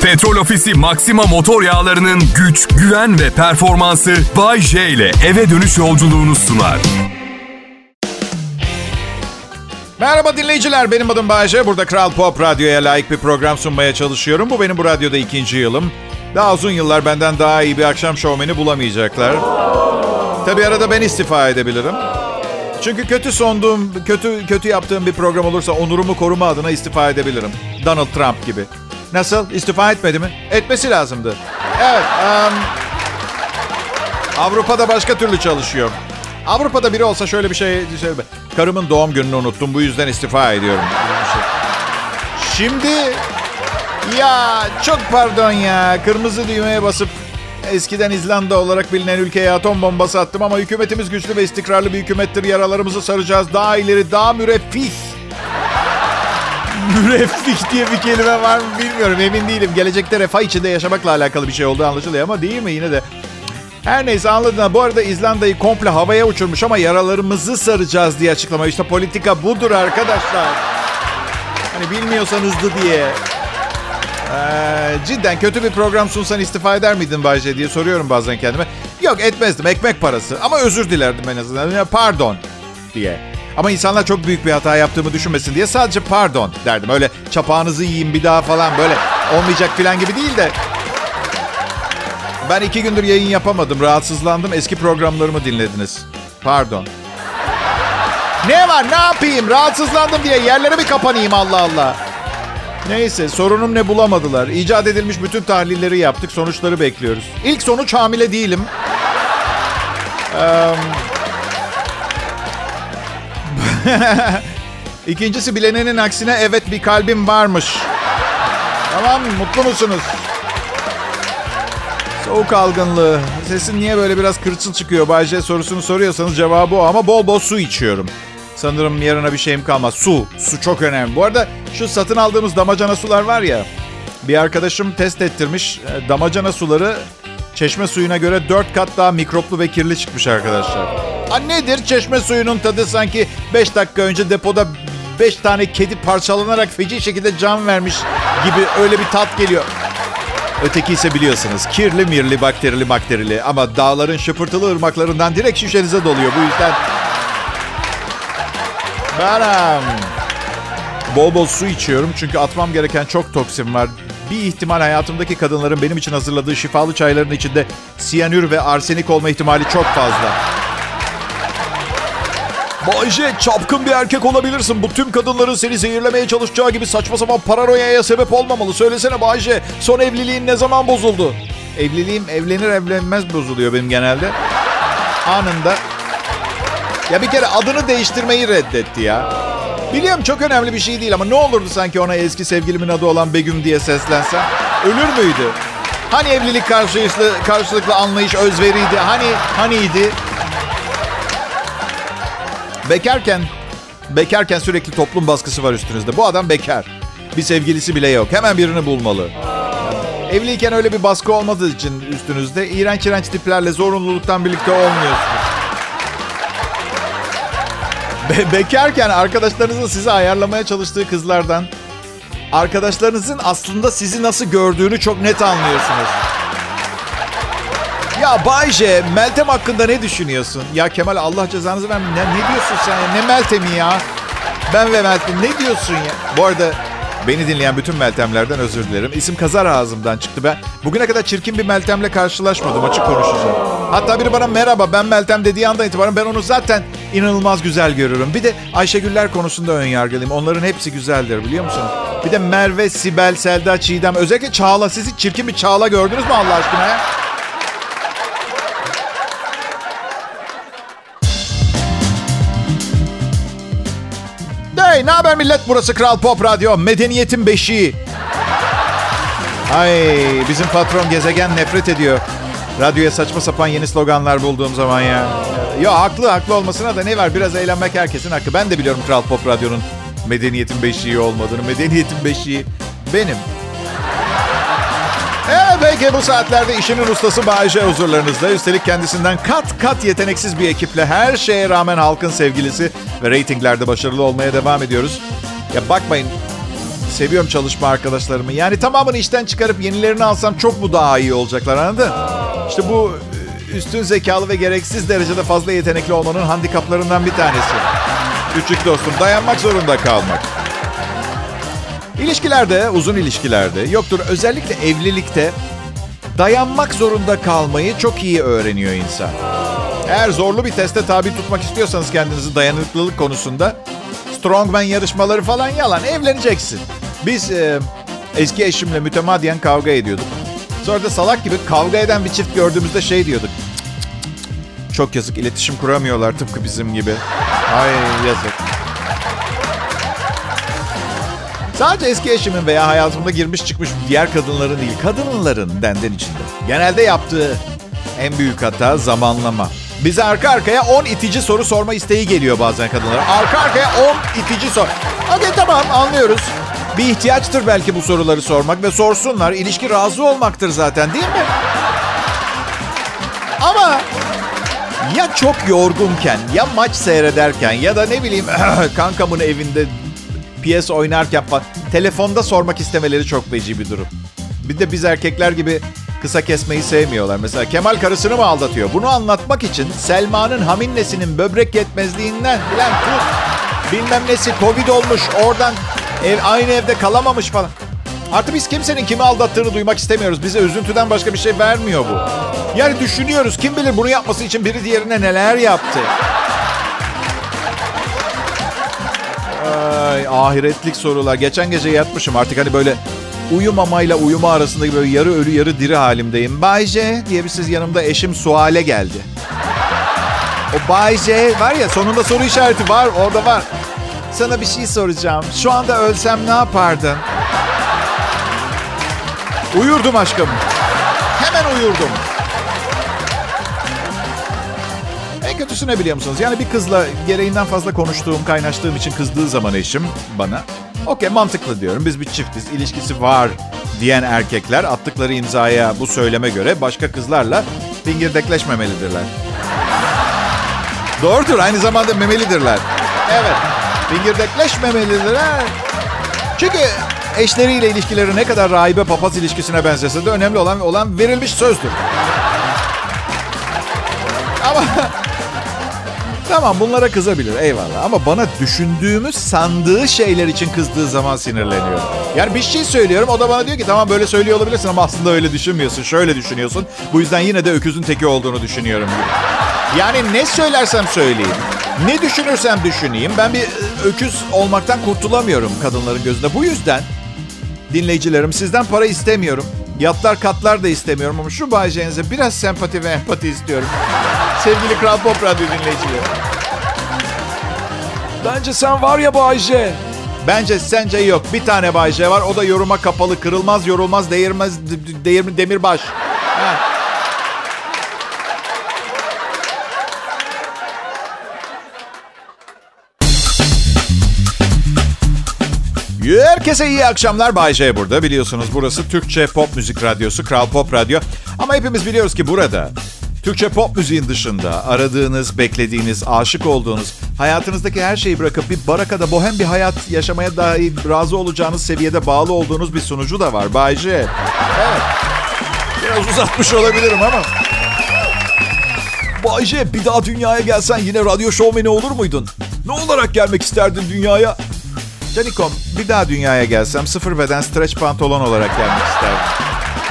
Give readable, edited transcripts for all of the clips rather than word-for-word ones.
Petrol Ofisi Maxima motor yağlarının güç, güven ve performansı Bay J ile eve dönüş yolculuğunu sunar. Merhaba dinleyiciler, benim adım Bay J. Burada Kral Pop Radyo'ya layık bir program sunmaya çalışıyorum. Bu benim bu radyoda 2. yılım. Daha uzun yıllar benden daha iyi bir akşam şovmeni bulamayacaklar. Tabii arada ben istifa edebilirim. Çünkü kötü yaptığım bir program olursa onurumu koruma adına istifa edebilirim. Donald Trump gibi. Nasıl? İstifa etmedi mi? Etmesi lazımdı. Evet. Avrupa'da başka türlü çalışıyor. Avrupa'da biri olsa şöyle bir şey... Karımın doğum gününü unuttum. Bu yüzden istifa ediyorum. Şimdi... Ya çok pardon ya. Kırmızı düğmeye basıp eskiden İzlanda olarak bilinen ülkeye atom bombası attım ama hükümetimiz güçlü ve istikrarlı bir hükümettir. Yaralarımızı saracağız. Daha ileri, daha müreffih. Müreffih diye bir kelime var mı bilmiyorum. Emin değilim. Gelecekte refah içinde yaşamakla alakalı bir şey olduğu anlaşılıyor ama değil mi yine de? Her neyse anladın. Bu arada İzlanda'yı komple havaya uçurmuş ama yaralarımızı saracağız diye açıklama. İşte politika budur arkadaşlar. Hani bilmiyorsanızdı diye. Cidden kötü bir program sunsan istifa eder miydin Bay J diye soruyorum bazen kendime. Yok etmezdim, ekmek parası. Ama özür dilerdim en azından. Pardon diye. Ama insanlar çok büyük bir hata yaptığımı düşünmesin diye sadece pardon derdim. Öyle çapağınızı yiyin bir daha falan böyle olmayacak falan gibi değil de. Ben 2 gündür yayın yapamadım. Rahatsızlandım. Eski programlarımı dinlediniz. Pardon. Ne var? Ne yapayım? Rahatsızlandım diye yerlere mi kapanayım Allah Allah? Neyse sorunum ne bulamadılar. İcat edilmiş bütün tahlilleri yaptık. Sonuçları bekliyoruz. İlk sonuç hamile değilim. İkincisi bilenenin aksine evet bir kalbim varmış. Tamam mutlu musunuz? Soğuk algınlığı. Sesin niye böyle biraz kırçıl çıkıyor? Bay J sorusunu soruyorsanız cevabı o. Ama bol bol su içiyorum. Sanırım yarına bir şeyim kalmaz. Su çok önemli. Bu arada şu satın aldığımız damacana sular var ya. Bir arkadaşım test ettirmiş. Damacana suları çeşme suyuna göre 4 kat daha mikroplu ve kirli çıkmış arkadaşlar. Nedir? Çeşme suyunun tadı sanki 5 dakika önce depoda 5 tane kedi parçalanarak feci şekilde can vermiş gibi öyle bir tat geliyor. Öteki ise biliyorsunuz kirli mirli bakterili ama dağların şıpırtılı ırmaklarından direkt şişenize doluyor. Bu yüzden ben bol bol su içiyorum çünkü atmam gereken çok toksin var. Bir ihtimal hayatımdaki kadınların benim için hazırladığı şifalı çayların içinde siyanür ve arsenik olma ihtimali çok fazla. Bay J, çapkın bir erkek olabilirsin. Bu tüm kadınların seni zehirlemeye çalışacağı gibi saçma sapan paranoyaya sebep olmamalı. Söylesene Bay J, son evliliğin ne zaman bozuldu? Evliliğim evlenir evlenmez bozuluyor benim genelde. Anında. Ya bir kere adını değiştirmeyi reddetti ya. Biliyorum çok önemli bir şey değil ama ne olurdu sanki ona eski sevgilimin adı olan Begüm diye seslensem? Ölür müydü? Hani evlilik karşılıklı anlayış, özveriydi? Haniydi? Bekarken sürekli toplum baskısı var üstünüzde. Bu adam bekar. Bir sevgilisi bile yok. Hemen birini bulmalı. Evliyken öyle bir baskı olmadığı için üstünüzde iğrenç tiplerle zorunluluktan birlikte olmuyorsunuz. Bekarken arkadaşlarınızın sizi ayarlamaya çalıştığı kızlardan arkadaşlarınızın aslında sizi nasıl gördüğünü çok net anlıyorsunuz. Ya Bay J, Meltem hakkında ne düşünüyorsun? Ya Kemal Allah cezanızı vermeyin. Ne diyorsun sen ya? Ne Meltem'i ya? Ben ve Meltem ne diyorsun ya? Bu arada beni dinleyen bütün Meltemlerden özür dilerim. İsim kazar ağzımdan çıktı. Ben bugüne kadar çirkin bir Meltem'le karşılaşmadım, açık konuşacağım. Hatta biri bana merhaba ben Meltem dediği andan itibaren ben onu zaten inanılmaz güzel görürüm. Bir de Ayşegüller konusunda önyargılıyım. Onların hepsi güzeldir biliyor musunuz? Bir de Merve, Sibel, Selda, Çiğdem, özellikle Çağla. Siz hiç çirkin bir Çağla gördünüz mü Allah aşkına ya? Hey, ne haber millet? Burası Kral Pop Radyo. Medeniyetin beşiği. Ay, bizim patron gezegen nefret ediyor. Radyoya saçma sapan yeni sloganlar bulduğum zaman ya. Ya haklı olmasına da ne var? Biraz eğlenmek herkesin hakkı. Ben de biliyorum Kral Pop Radyo'nun medeniyetin beşiği olmadığını. Medeniyetin beşiği benim. Evet, belki bu saatlerde işinin ustası Bay J huzurlarınızda. Üstelik kendisinden kat yeteneksiz bir ekiple her şeye rağmen halkın sevgilisi ve reytinglerde başarılı olmaya devam ediyoruz. Ya bakmayın, Seviyorum çalışma arkadaşlarımı. Yani tamamını işten çıkarıp yenilerini alsam çok mu daha iyi olacaklar, anladın? İşte bu üstün zekalı ve gereksiz derecede fazla yetenekli olmanın handikaplarından bir tanesi. Küçük dostum, dayanmak zorunda kalmak. İlişkilerde, uzun ilişkilerde yoktur. Özellikle evlilikte dayanmak zorunda kalmayı çok iyi öğreniyor insan. Eğer zorlu bir teste tabi tutmak istiyorsanız kendinizi dayanıklılık konusunda, strongman yarışmaları falan yalan. Evleneceksin. Biz eski eşimle mütemadiyen kavga ediyorduk. Sonra da salak gibi kavga eden bir çift gördüğümüzde şey diyorduk. Çok yazık, iletişim kuramıyorlar tıpkı bizim gibi. Ay yazık. Sadece eski eşimin veya hayatımda girmiş çıkmış diğer kadınların değil, kadınların benden içinde genelde yaptığı en büyük hata zamanlama. Bize arka arkaya 10 itici soru sorma isteği geliyor bazen kadınlara. Arka arkaya 10 itici soru. Okey, tamam, anlıyoruz. Bir ihtiyaçtır belki bu soruları sormak ve sorsunlar. İlişki razı olmaktır zaten, değil mi? Ama ya çok yorgunken, ya maç seyrederken ya da ne bileyim kankamın evinde PS oynarken falan telefonda sormak istemeleri çok feci bir durum. Bir de biz erkekler gibi kısa kesmeyi sevmiyorlar. Mesela Kemal karısını mı aldatıyor? Bunu anlatmak için Selma'nın haminnesinin böbrek yetmezliğinden bilen tut. Bilmem nesi Covid olmuş, oradan aynı evde kalamamış falan. Artık biz kimsenin kimi aldattığını duymak istemiyoruz. Bize üzüntüden başka bir şey vermiyor bu. Yani düşünüyoruz, kim bilir bunu yapması için biri diğerine neler yaptı. Ay, ahiretlik sorular. Geçen gece yatmışım artık, hani böyle uyumamayla uyuma arasındaki böyle yarı ölü yarı diri halimdeyim. Bay J diye bir ses yanımda, eşim Suale geldi. O Bay J var ya, sonunda soru işareti var, orada var. Sana bir şey soracağım. Şu anda ölsem ne yapardın? Uyurdum aşkım. Hemen uyurdum. En kötüsü ne biliyor musunuz? Yani bir kızla gereğinden fazla konuştuğum, kaynaştığım için kızdığı zaman eşim bana, okey, mantıklı diyorum. Biz bir çiftiz, ilişkisi var diyen erkekler attıkları imzaya bu söyleme göre başka kızlarla fingirdekleşmemelidirler. Doğrudur, aynı zamanda memelidirler. Evet, fingirdekleşmemelidirler. Çünkü eşleriyle ilişkileri ne kadar rahibe papaz ilişkisine benzese de önemli olan verilmiş sözdür. Ama tamam, bunlara kızabilir, eyvallah. Ama bana düşündüğümü sandığı şeyler için kızdığı zaman sinirleniyor. Yani bir şey söylüyorum, o da bana diyor ki tamam böyle söylüyor olabilirsin ama aslında öyle düşünmüyorsun. Şöyle düşünüyorsun. Bu yüzden yine de öküzün teki olduğunu düşünüyorum. Yani ne söylersem söyleyeyim, ne düşünürsem düşüneyim, ben bir öküz olmaktan kurtulamıyorum kadınların gözünde. Bu yüzden dinleyicilerim, sizden para istemiyorum. Yatlar katlar da istemiyorum ama şu Bay J'nize biraz sempati ve empati istiyorum. Sevgili Kral Pop Radyo dinleyicileri. Bence sen var ya Bay J. Bence sence yok. Bir tane Bay J var. O da yoruma kapalı. Kırılmaz, yorulmaz, değirmez, demirbaş. Ha. Herkese iyi akşamlar. Bay J burada. Biliyorsunuz burası Türkçe pop müzik radyosu, Kral Pop Radyo. Ama hepimiz biliyoruz ki burada Türkçe pop müziğin dışında aradığınız, beklediğiniz, aşık olduğunuz, hayatınızdaki her şeyi bırakıp bir barakada bohem bir hayat yaşamaya dahi razı olacağınız seviyede bağlı olduğunuz bir sunucu da var. Bay J. Evet. Biraz uzatmış olabilirim ama. Bay J, bir daha dünyaya gelsen yine radyo şovmeni olur muydun? Ne olarak gelmek isterdin dünyaya? Canikom, bir daha dünyaya gelsem sıfır beden stretch pantolon olarak gelmek isterdim.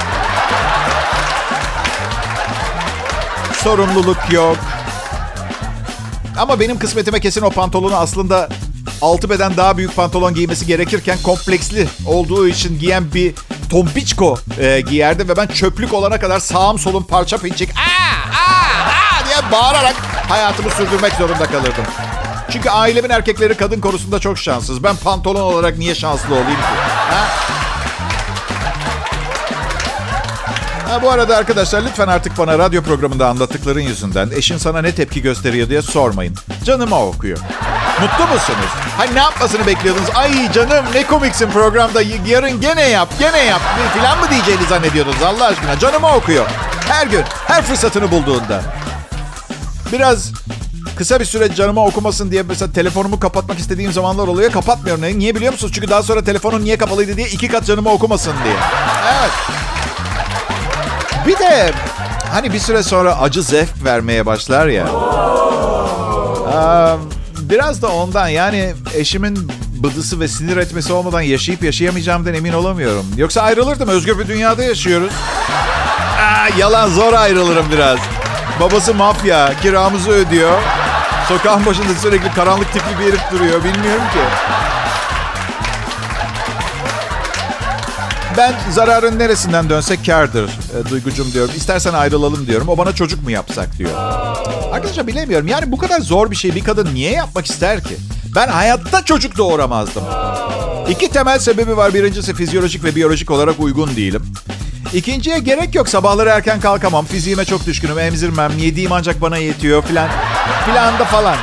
Sorumluluk yok. Ama benim kısmetime kesin o pantolonu aslında 6 beden daha büyük pantolon giymesi gerekirken kompleksli olduğu için giyen bir tombiçko giyerdi ve ben çöplük olana kadar sağım solum parça pinçik diye bağırarak hayatımı sürdürmek zorunda kalırdım. Çünkü ailemin erkekleri kadın konusunda çok şanssız. Ben pantolon olarak niye şanslı olayım ki? Bu arada arkadaşlar lütfen artık bana radyo programında anlattıkların yüzünden eşin sana ne tepki gösteriyor diye sormayın. Canıma okuyor. Mutlu musunuz? Hani ne yapmasını bekliyordunuz? Ay canım ne komiksin programda, yarın gene yap falan mı diyeceğini zannediyordunuz Allah aşkına? Canıma okuyor. Her gün, her fırsatını bulduğunda. Biraz kısa bir süre canıma okumasın diye mesela telefonumu kapatmak istediğim zamanlar oluyor. Kapatmıyorum. Niye biliyor musunuz? Çünkü daha sonra telefonun niye kapalıydı diye 2 kat canıma okumasın diye. Evet. Bir de hani bir süre sonra acı zevk vermeye başlar ya. Biraz da ondan, yani eşimin bıdısı ve sinir etmesi olmadan yaşayıp yaşayamayacağımdan emin olamıyorum. Yoksa ayrılırdım. Özgür bir dünyada yaşıyoruz. Yalan, zor ayrılırım biraz. Babası mafya, kiramızı ödüyor. Sokağın başında sürekli karanlık tipli bir herif duruyor. Bilmiyorum ki. Ben zararın neresinden dönsek kârdır Duygucum diyorum. İstersen ayrılalım diyorum. O bana çocuk mu yapsak diyor. Arkadaşlar bilemiyorum. Yani bu kadar zor bir şey bir kadın niye yapmak ister ki? Ben hayatta çocuk doğuramazdım. 2 temel sebebi var. Birincisi fizyolojik ve biyolojik olarak uygun değilim. İkinciye gerek yok. Sabahları erken kalkamam. Fiziğime çok düşkünüm. Emzirmem. Yediğim ancak bana yetiyor filan. Filan da falan.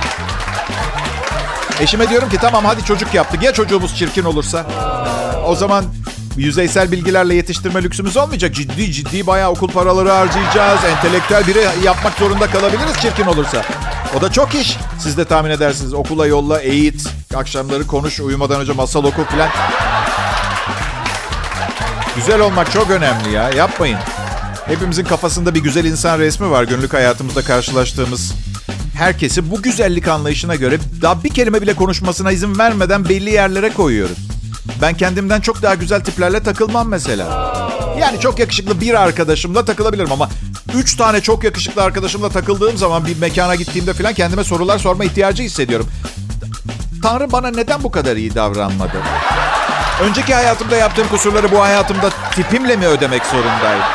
Eşime diyorum ki tamam hadi çocuk yaptık. Ya çocuğumuz çirkin olursa? O zaman yüzeysel bilgilerle yetiştirme lüksümüz olmayacak. Ciddi bayağı okul paraları harcayacağız. Entelektüel biri yapmak zorunda kalabiliriz çirkin olursa. O da çok iş. Siz de tahmin edersiniz. Okula yolla, eğit. Akşamları konuş, uyumadan önce masal oku filan. Güzel olmak çok önemli ya. Yapmayın. Hepimizin kafasında bir güzel insan resmi var. Günlük hayatımızda karşılaştığımız herkesi bu güzellik anlayışına göre daha bir kelime bile konuşmasına izin vermeden belli yerlere koyuyoruz. Ben kendimden çok daha güzel tiplerle takılmam mesela. Yani çok yakışıklı bir arkadaşımla takılabilirim ama 3 tane çok yakışıklı arkadaşımla takıldığım zaman bir mekana gittiğimde falan kendime sorular sorma ihtiyacı hissediyorum. Tanrı bana neden bu kadar iyi davranmadı? Önceki hayatımda yaptığım kusurları bu hayatımda tipimle mi ödemek zorundayım?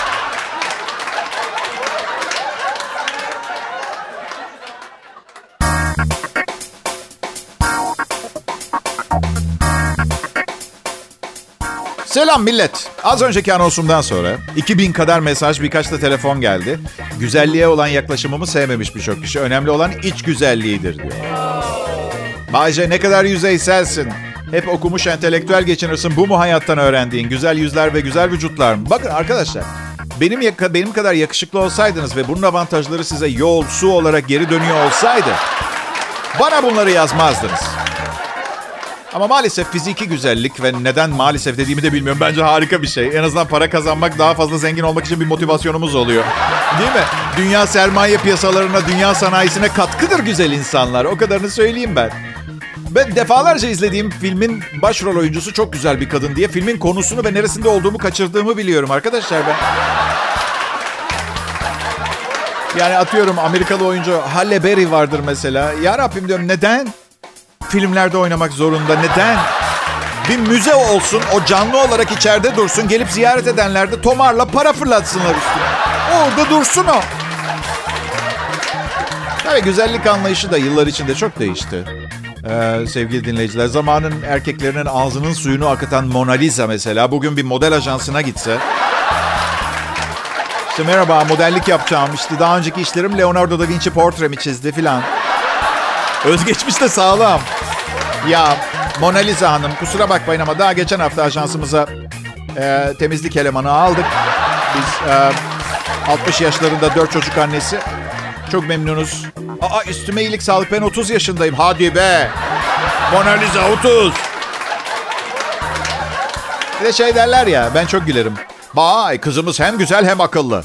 Selam millet. Az önceki anonsumdan sonra 2000 kadar mesaj, birkaç da telefon geldi. Güzelliğe olan yaklaşımımı sevmemiş birçok kişi. Önemli olan iç güzelliğidir diyor. Bay J, ne kadar yüzeyselsin. Hep okumuş entelektüel geçinirsin. Bu mu hayattan öğrendiğin? Güzel yüzler ve güzel vücutlar mı? Bakın arkadaşlar, benim kadar yakışıklı olsaydınız ve bunun avantajları size yol, su olarak geri dönüyor olsaydı bana bunları yazmazdınız. Ama maalesef fiziki güzellik ve neden maalesef dediğimi de bilmiyorum. Bence harika bir şey. En azından para kazanmak, daha fazla zengin olmak için bir motivasyonumuz oluyor. Değil mi? Dünya sermaye piyasalarına, dünya sanayisine katkıdır güzel insanlar. O kadarını söyleyeyim ben. Ben defalarca izlediğim filmin başrol oyuncusu çok güzel bir kadın diye filmin konusunu ve neresinde olduğumu kaçırdığımı biliyorum arkadaşlar ben. Yani atıyorum Amerikalı oyuncu Halle Berry vardır mesela. Ya Rabbim diyorum, neden filmlerde oynamak zorunda? Neden? Bir müze olsun, o canlı olarak içeride dursun. Gelip ziyaret edenler de tomarla para fırlatsınlar üstüne. Orada dursun o. Tabii güzellik anlayışı da yıllar içinde çok değişti. Sevgili dinleyiciler, zamanın erkeklerinin ağzının suyunu akıtan Mona Lisa mesela bugün bir model ajansına gitse, İşte merhaba, modellik yapacağım, İşte daha önceki işlerim Leonardo da Vinci portremi çizdi filan. Özgeçmiş de sağlam. Ya Mona Lisa Hanım, kusura bakmayın ama daha geçen hafta ajansımıza temizlik elemanı aldık. Biz 60 yaşlarında 4 çocuk annesi. Çok memnunuz. Üstüme iyilik sağlık, ben 30 yaşındayım. Hadi be. Mona Lisa 30. Bir de şey derler ya, ben çok gülerim. Vay, kızımız hem güzel hem akıllı.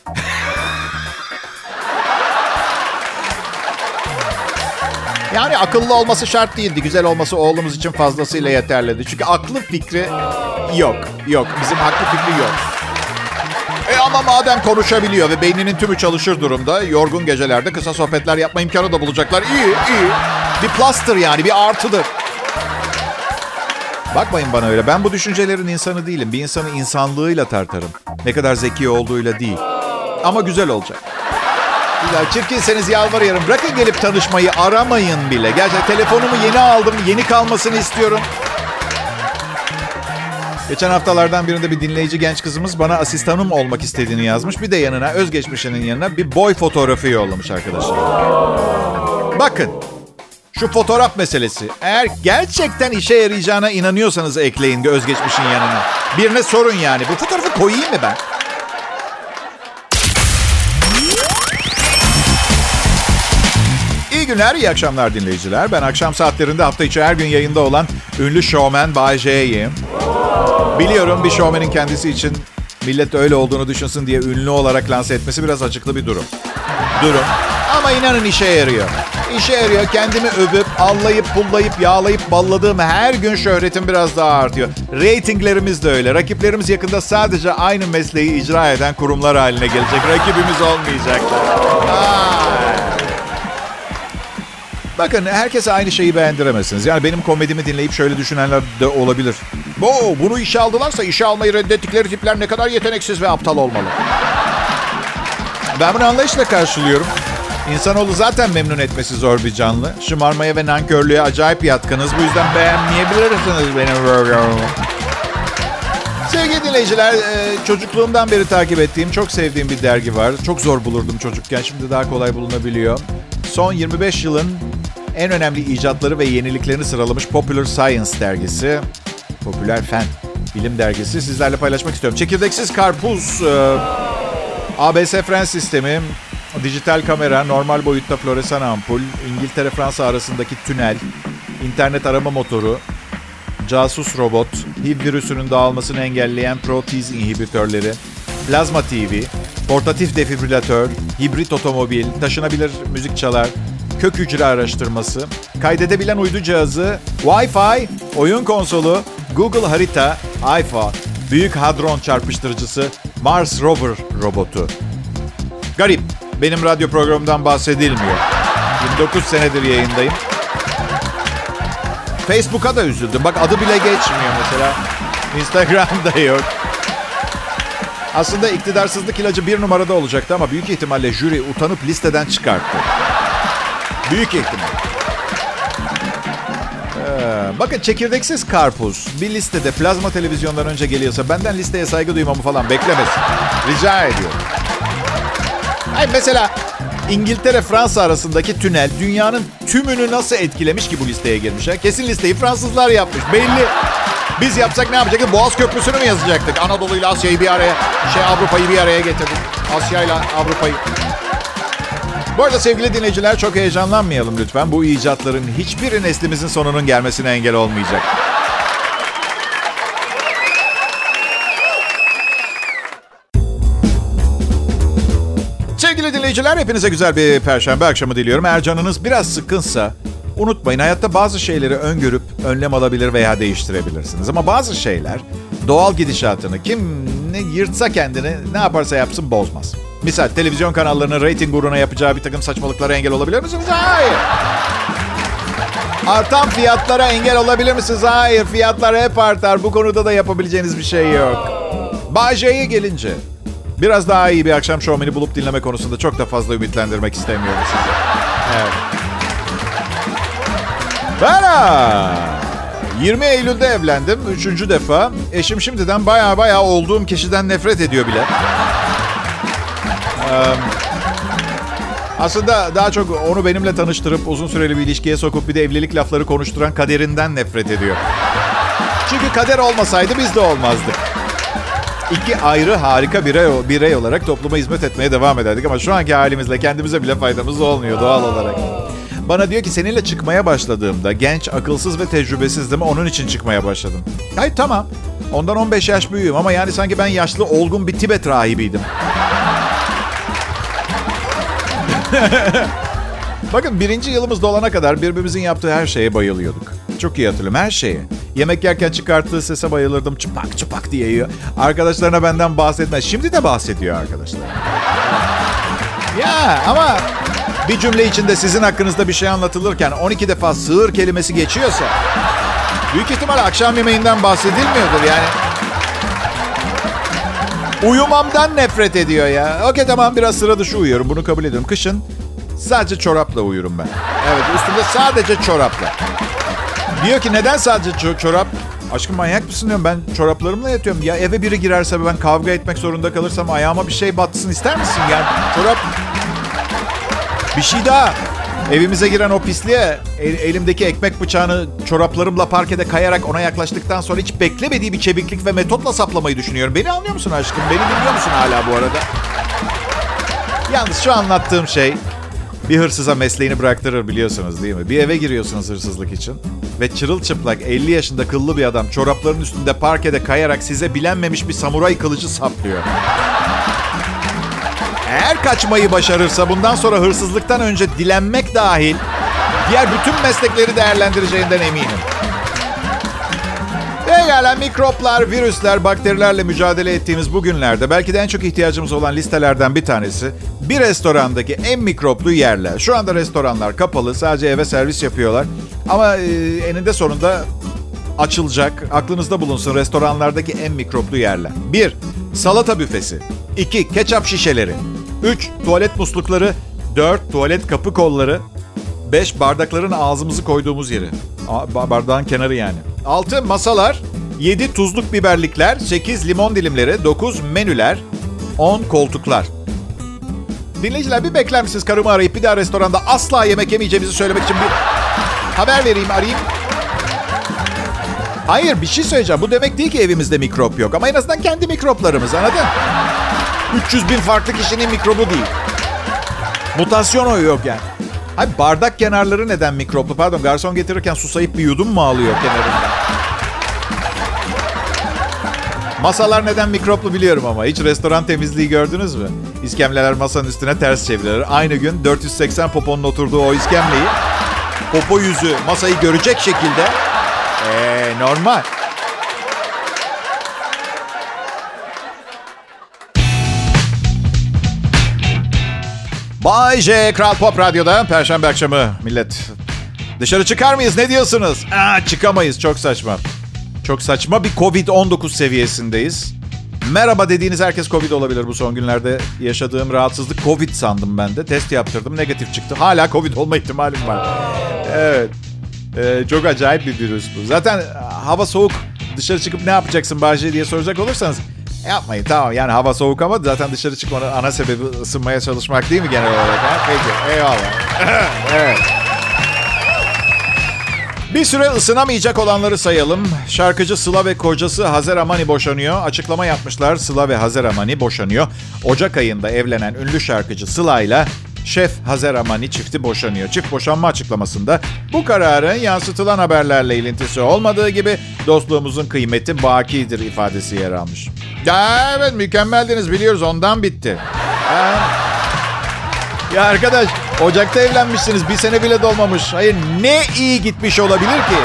Yani akıllı olması şart değildi. Güzel olması oğlumuz için fazlasıyla yeterliydi. Çünkü aklı fikri yok. Bizim aklı fikri yok. Ama madem konuşabiliyor ve beyninin tümü çalışır durumda, yorgun gecelerde kısa sohbetler yapma imkanı da bulacaklar. İyi. Bir plus'tır yani, bir artıdır. Bakmayın bana öyle. Ben bu düşüncelerin insanı değilim. Bir insanı insanlığıyla tartarım. Ne kadar zeki olduğuyla değil. Ama güzel olacak. Güzel. Çirkinseniz yalvarıyorum. Bırakın gelip tanışmayı, aramayın bile. Gerçekten telefonumu yeni aldım. Yeni kalmasını istiyorum. Geçen haftalardan birinde bir dinleyici genç kızımız bana asistanım olmak istediğini yazmış. Bir de yanına, özgeçmişinin yanına bir boy fotoğrafı yollamış arkadaşlar. Bakın, şu fotoğraf meselesi. Eğer gerçekten işe yarayacağına inanıyorsanız ekleyin özgeçmişin yanına. Birine sorun yani. Bu fotoğrafı koyayım mı ben? günler, iyi akşamlar dinleyiciler. Ben akşam saatlerinde hafta içi her gün yayında olan ünlü şovmen Bay J'yim. Biliyorum bir şovmenin kendisi için millet öyle olduğunu düşünsün diye ünlü olarak lanse etmesi biraz acıklı bir durum. Ama inanın işe yarıyor. İşe yarıyor. Kendimi övüp, allayıp, pullayıp, yağlayıp, balladığım her gün şöhretim biraz daha artıyor. Ratinglerimiz de öyle. Rakiplerimiz yakında sadece aynı mesleği icra eden kurumlar haline gelecek. Rakibimiz olmayacaklar. Bakın herkese aynı şeyi beğendiremezsiniz. Yani benim komedimi dinleyip şöyle düşünenler de olabilir. Bunu işe aldılarsa işe almayı reddettikleri tipler ne kadar yeteneksiz ve aptal olmalı. Ben bunu anlayışla karşılıyorum. İnsanoğlu zaten memnun etmesi zor bir canlı. Şımarmaya ve nankörlüğe acayip yatkınız. Bu yüzden beğenmeyebilirsiniz benim. Sevgili dinleyiciler, çocukluğumdan beri takip ettiğim, çok sevdiğim bir dergi var. Çok zor bulurdum çocukken, şimdi daha kolay bulunabiliyor. Son 25 yılın en önemli icatları ve yeniliklerini sıralamış Popular Science dergisi. Popüler Fen Bilim dergisi. Sizlerle paylaşmak istiyorum. Çekirdeksiz karpuz, ABS fren sistemi, dijital kamera, normal boyutta floresan ampul, İngiltere-Fransa arasındaki tünel, internet arama motoru, casus robot, HIV virüsünün dağılmasını engelleyen proteaz inhibitörleri, plazma TV, portatif defibrilatör, hibrit otomobil, taşınabilir müzik çalar, kök hücre araştırması, kaydedebilen uydu cihazı, Wi-Fi, oyun konsolu, Google harita, iPhone, büyük hadron çarpıştırıcısı, Mars Rover robotu. Garip, benim radyo programımdan bahsedilmiyor. 29 senedir yayındayım. Facebook'a da üzüldüm. Bak adı bile geçmiyor mesela. Instagram'da yok. Aslında iktidarsızlık ilacı 1 numarada olacaktı ama büyük ihtimalle jüri utanıp listeden çıkarttı. Büyük ihtimal. Bakın çekirdeksiz karpuz bir listede plazma televizyondan önce geliyorsa benden listeye saygı duymamı falan beklemesin. Rica ediyorum. Hayır, mesela İngiltere-Fransa arasındaki tünel dünyanın tümünü nasıl etkilemiş ki bu listeye girmiş? Kesin listeyi Fransızlar yapmış. Belli. Biz yapsak ne yapacaktık? Boğaz Köprüsü'nü mü yazacaktık? Anadolu ile Asya'yı bir araya, Avrupa'yı bir araya getirdik. Asya ile Avrupa'yı. Bu arada sevgili dinleyiciler, çok heyecanlanmayalım lütfen. Bu icatların hiçbiri neslimizin sonunun gelmesine engel olmayacak. Sevgili dinleyiciler, hepinize güzel bir perşembe akşamı diliyorum. Eğer canınız biraz sıkkınsa unutmayın, hayatta bazı şeyleri öngörüp önlem alabilir veya değiştirebilirsiniz. Ama bazı şeyler doğal gidişatını, kim ne yırtsa kendini, ne yaparsa yapsın bozmaz. Misal televizyon kanallarının reyting uğruna yapacağı bir takım saçmalıklara engel olabilir misiniz? Hayır. Artan fiyatlara engel olabilir misiniz? Hayır. Fiyatlar hep artar. Bu konuda da yapabileceğiniz bir şey yok. Bay J'ye gelince, biraz daha iyi bir akşam şovmeni bulup dinleme konusunda çok da fazla ümitlendirmek istemiyorum sizi. Evet. Ben 20 Eylül'de evlendim. 3. defa. Eşim şimdiden bayağı olduğum kişiden nefret ediyor bile. Aslında daha çok onu benimle tanıştırıp uzun süreli bir ilişkiye sokup bir de evlilik lafları konuşturan kaderinden nefret ediyor. Çünkü kader olmasaydı biz de olmazdık. İki ayrı harika birey olarak topluma hizmet etmeye devam ederdik. Ama şu anki halimizle kendimize bile faydamız olmuyor doğal olarak. Bana diyor ki seninle çıkmaya başladığımda genç, akılsız ve tecrübesizdim. Onun için çıkmaya başladım. Hayır tamam. Ondan 15 yaş büyüğüm ama yani sanki ben yaşlı, olgun bir Tibet rahibiydim. Bakın 1. yılımız dolana kadar birbirimizin yaptığı her şeye bayılıyorduk. Çok iyi hatırlıyorum, her şeye. Yemek yerken çıkarttığı sese bayılırdım. Çıpak çıpak diye yiyor. Arkadaşlarına benden bahsetmez. Şimdi de bahsediyor arkadaşlar. Ya ama bir cümle içinde sizin hakkınızda bir şey anlatılırken 12 defa sığır kelimesi geçiyorsa büyük ihtimal akşam yemeğinden bahsedilmiyordur yani. Uyumamdan nefret ediyor ya. Okey tamam, biraz sıra dışı uyuyorum, bunu kabul ediyorum. Kışın sadece çorapla uyurum ben. Evet, üstümde sadece çorapla. Diyor ki neden sadece çorap? Aşkım manyak mısın diyorum, ben çoraplarımla yatıyorum. Ya eve biri girerse ben kavga etmek zorunda kalırsam ayağıma bir şey batsın ister misin? Yani çorap... Bir şey daha. Evimize giren o pisliğe elimdeki ekmek bıçağını çoraplarımla parkede kayarak ona yaklaştıktan sonra hiç beklemediği bir çeviklik ve metotla saplamayı düşünüyorum. Beni anlıyor musun aşkım? Beni dinliyor musun hala bu arada? Yalnız şu anlattığım şey bir hırsıza mesleğini bıraktırır biliyorsunuz değil mi? Bir eve giriyorsunuz hırsızlık için ve çırılçıplak 50 yaşında kıllı bir adam çorapların üstünde parkede kayarak size bilenmemiş bir samuray kılıcı saplıyor. Eğer kaçmayı başarırsa bundan sonra hırsızlıktan önce dilenmek dahil diğer bütün meslekleri değerlendireceğinden eminim. Pekala, mikroplar, virüsler, bakterilerle mücadele ettiğimiz bu günlerde belki de en çok ihtiyacımız olan listelerden bir tanesi bir restorandaki en mikroplu yerler. Şu anda restoranlar kapalı, sadece eve servis yapıyorlar. Ama eninde sonunda açılacak. Aklınızda bulunsun restoranlardaki en mikroplu yerler. 1. Salata büfesi. 2. Ketçap şişeleri. 3. Tuvalet muslukları. 4. Tuvalet kapı kolları. 5. Bardakların ağzımızı koyduğumuz yeri. Bardağın kenarı yani. 6. Masalar. 7. Tuzluk biberlikler. 8. Limon dilimleri. 9. Menüler. 10. Koltuklar. Dinleyiciler, bir bekler misiniz? Karımı arayıp bir daha restoranda asla yemek yemeyeceğimizi söylemek için bir haber vereyim, arayayım. Hayır, bir şey söyleyeceğim. Bu demek değil ki evimizde mikrop yok. Ama en azından kendi mikroplarımız, anladın? 300 bin farklı kişinin mikrobu değil. Mutasyon o yok yani. Hayır, bardak kenarları neden mikroplu? Pardon, garson getirirken susayıp bir yudum mu alıyor kenarında? Masalar neden mikroplu biliyorum ama. Hiç restoran temizliği gördünüz mü? İskemleler masanın üstüne ters çevrilir. Aynı gün 480 poponun oturduğu o iskemleyi, popo yüzü masayı görecek şekilde normal. Bay J, Kral Pop Radyo'da Perşembe akşamı millet. Dışarı çıkar mıyız? Ne diyorsunuz? Çıkamayız. Çok saçma. Çok saçma bir Covid-19 seviyesindeyiz. Merhaba dediğiniz herkes Covid olabilir bu son günlerde. Yaşadığım rahatsızlık Covid sandım ben de. Test yaptırdım, negatif çıktı. Hala Covid olma ihtimalim var. Evet. Çok acayip bir virüs bu. Zaten hava soğuk. Dışarı çıkıp ne yapacaksın Bahçe diye soracak olursanız yapmayın, tamam. Yani hava soğuk ama zaten dışarı çıkmanın ana sebebi ısınmaya çalışmak değil mi genel olarak? Ha? Peki, eyvallah. Evet. Bir süre ısınamayacak olanları sayalım. Şarkıcı Sıla ve kocası Hazer Amani boşanıyor. Açıklama yapmışlar. Sıla ve Hazer Amani boşanıyor. Ocak ayında evlenen ünlü şarkıcı Sıla ile şef Hazer Amani çifti boşanıyor. Çift boşanma açıklamasında bu kararın yansıtılan haberlerle ilintisi olmadığı gibi dostluğumuzun kıymeti bakidir ifadesi yer almış. Ya evet, mükemmeldiniz, biliyoruz, ondan bitti. Ya arkadaş, Ocak'ta evlenmişsiniz, bir sene bile dolmamış. Hayır, ne iyi gitmiş olabilir ki?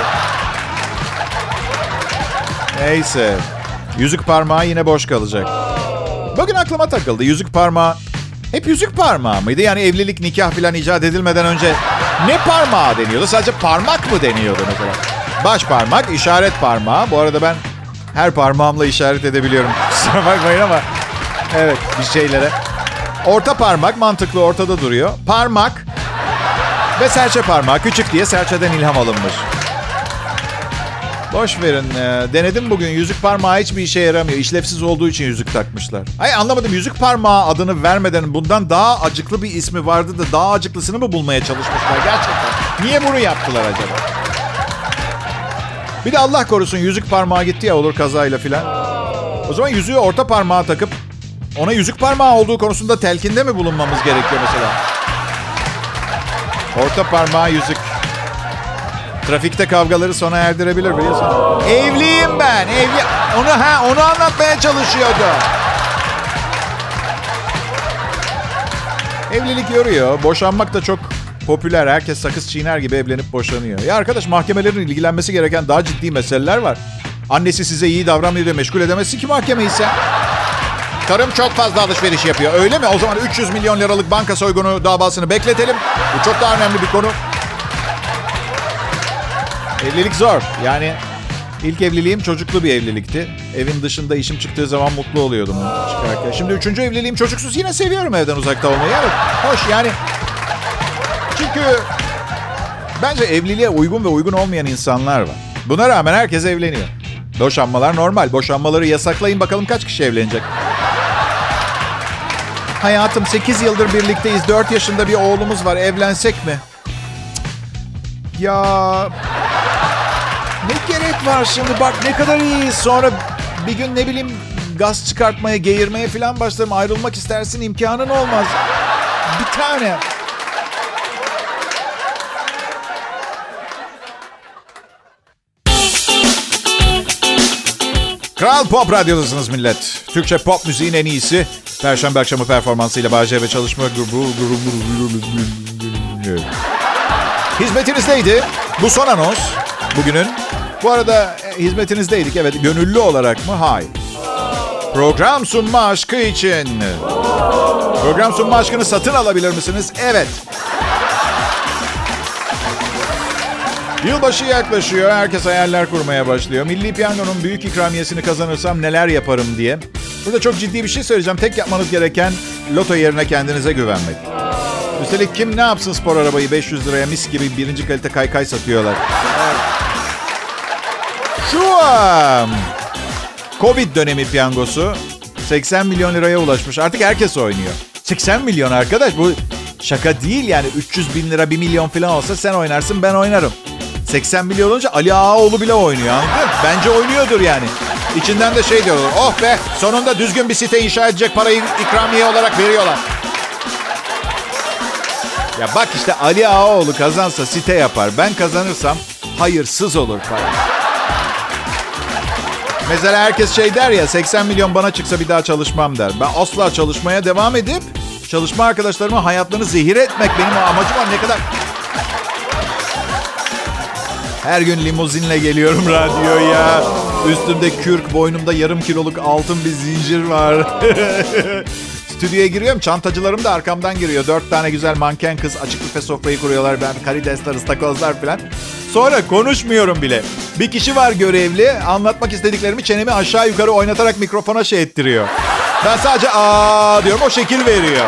Neyse, yüzük parmağı yine boş kalacak. Bugün aklıma takıldı, yüzük parmağı hep yüzük parmağı mıydı? Yani evlilik, nikah falan icat edilmeden önce ne parmağı deniyordu? Sadece parmak mı deniyordu mesela? Baş parmak, işaret parmağı. Bu arada ben her parmağımla işaret edebiliyorum. Kusura bakmayın ama evet, bir şeylere. Orta parmak mantıklı, ortada duruyor. Parmak ve serçe parmağı. Küçük diye serçeden ilham alınmış. Boş verin. Denedim bugün. Yüzük parmağı hiçbir işe yaramıyor. İşlevsiz olduğu için yüzük takmışlar. Ay, anlamadım. Yüzük parmağı adını vermeden bundan daha acıklı bir ismi vardı da daha acıklısını mı bulmaya çalışmışlar gerçekten? Niye bunu yaptılar acaba? Bir de Allah korusun yüzük parmağı gitti ya, olur kazayla filan. O zaman yüzüğü orta parmağa takıp ona yüzük parmağı olduğu konusunda telkinde mi bulunmamız gerekiyor mesela? Orta parmağı yüzük. Trafikte kavgaları sona erdirebilir, biliyorsun. Evliyim ben. Onu anlatmaya çalışıyordu. Evlilik yoruyor. Boşanmak da çok popüler. Herkes sakız çiğner gibi evlenip boşanıyor. Ya arkadaş, mahkemelerin ilgilenmesi gereken daha ciddi meseleler var. Annesi size iyi davranmıyor diye meşgul edemezsin ki mahkemeyi sen. Karım çok fazla alışveriş yapıyor. Öyle mi? O zaman 300 milyon liralık banka soygunu davasını bekletelim. Bu çok daha önemli bir konu. Evlilik zor. Yani ilk evliliğim çocuklu bir evlilikti. Evin dışında işim çıktığı zaman mutlu oluyordum çıkarken. Şimdi 3. evliliğim çocuksuz. Yine seviyorum evden uzakta olmayı. Evet, hoş yani. Çünkü bence evliliğe uygun ve uygun olmayan insanlar var. Buna rağmen herkes evleniyor. Boşanmalar normal. Boşanmaları yasaklayın, bakalım kaç kişi evlenecek. Hayatım, 8 yıldır birlikteyiz. 4 yaşında bir oğlumuz var. Evlensek mi? Ya ne gerek var şimdi? Bak ne kadar iyiyiz. Sonra bir gün ne bileyim gaz çıkartmaya, geğirmeye falan başlarım. Ayrılmak istersin, imkanın olmaz. Bir tane. Kral Pop Radyo'dasınız millet. Türkçe pop müziğin en iyisi. Perşembe akşamı performansıyla Bay J ve çalışma grubu. Hizmetinizdeydi. Bu son anons bugünün. Bu arada hizmetinizdeydik. Evet, gönüllü olarak mı? Hayır. Program sunma aşkı için. Program sunma aşkını satın alabilir misiniz? Evet. Yılbaşı yaklaşıyor. Herkes hayaller kurmaya başlıyor. Milli Piyango'nun büyük ikramiyesini kazanırsam neler yaparım diye. Burada çok ciddi bir şey söyleyeceğim. Tek yapmanız gereken loto yerine kendinize güvenmek. Üstelik kim ne yapsın spor arabayı 500 liraya mis gibi birinci kalite kaykay satıyorlar. Şu an Covid dönemi piyangosu 80 milyon liraya ulaşmış. Artık herkes oynuyor. 80 milyon arkadaş, bu şaka değil yani. 300 bin lira 1 milyon falan olsa sen oynarsın, ben oynarım. 80 milyon olunca Ali Ağaoğlu bile oynuyor, anladın? Bence oynuyordur yani. İçinden de şey diyorlar. Oh be, sonunda düzgün bir site inşa edecek parayı ikramiye olarak veriyorlar. Ya bak işte Ali Ağaoğlu kazansa site yapar. Ben kazanırsam hayırsız olur para. Mesela herkes şey der ya, 80 milyon bana çıksa bir daha çalışmam der. Ben asla çalışmaya devam edip çalışma arkadaşlarıma hayatlarını zehir etmek benim amacım var. Ne kadar... Her gün limuzinle geliyorum radyoya. Üstümde kürk, boynumda yarım kiloluk altın bir zincir var. Stüdyoya giriyorum, çantacılarım da arkamdan giriyor. 4 tane güzel manken kız açık büfe sofrayı kuruyorlar. Ben karidesler, ıstakozlar falan. Sonra konuşmuyorum bile. Bir kişi var görevli, anlatmak istediklerimi çenemi aşağı yukarı oynatarak mikrofona şey ettiriyor. Ben sadece aa diyorum, o şekil veriyor.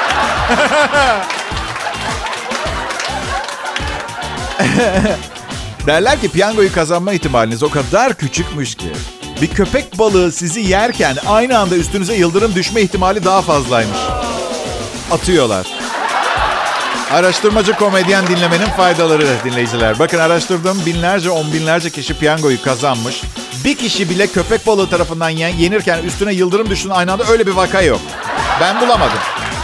Derler ki piyangoyu kazanma ihtimaliniz o kadar küçükmüş ki. Bir köpek balığı sizi yerken aynı anda üstünüze yıldırım düşme ihtimali daha fazlaymış. Atıyorlar. Araştırmacı komedyen dinlemenin faydaları dinleyiciler. Bakın, araştırdığım binlerce, on binlerce kişi piyangoyu kazanmış. Bir kişi bile köpek balığı tarafından yenirken üstüne yıldırım düştüğünün aynı anda öyle bir vaka yok. Ben bulamadım.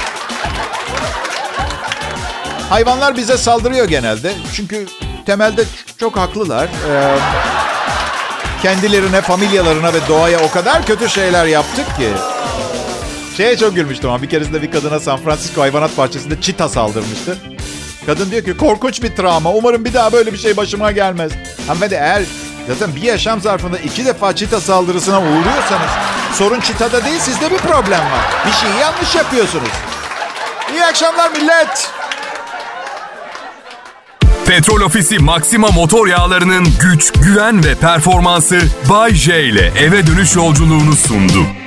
Hayvanlar bize saldırıyor genelde. Çünkü temelde çok haklılar. Kendilerine, familyalarına ve doğaya o kadar kötü şeyler yaptık ki. Şeye çok gülmüştüm ama bir keresinde bir kadına San Francisco hayvanat bahçesinde çita saldırmıştı. Kadın diyor ki korkunç bir travma. Umarım bir daha böyle bir şey başıma gelmez. Hanımefendi, eğer zaten bir yaşam zarfında 2 defa çita saldırısına uğruyorsanız sorun çitada değil, sizde bir problem var. Bir şeyi yanlış yapıyorsunuz. İyi akşamlar millet. Petrol Ofisi Maxima motor yağlarının güç, güven ve performansı Bay J ile eve dönüş yolculuğunu sundu.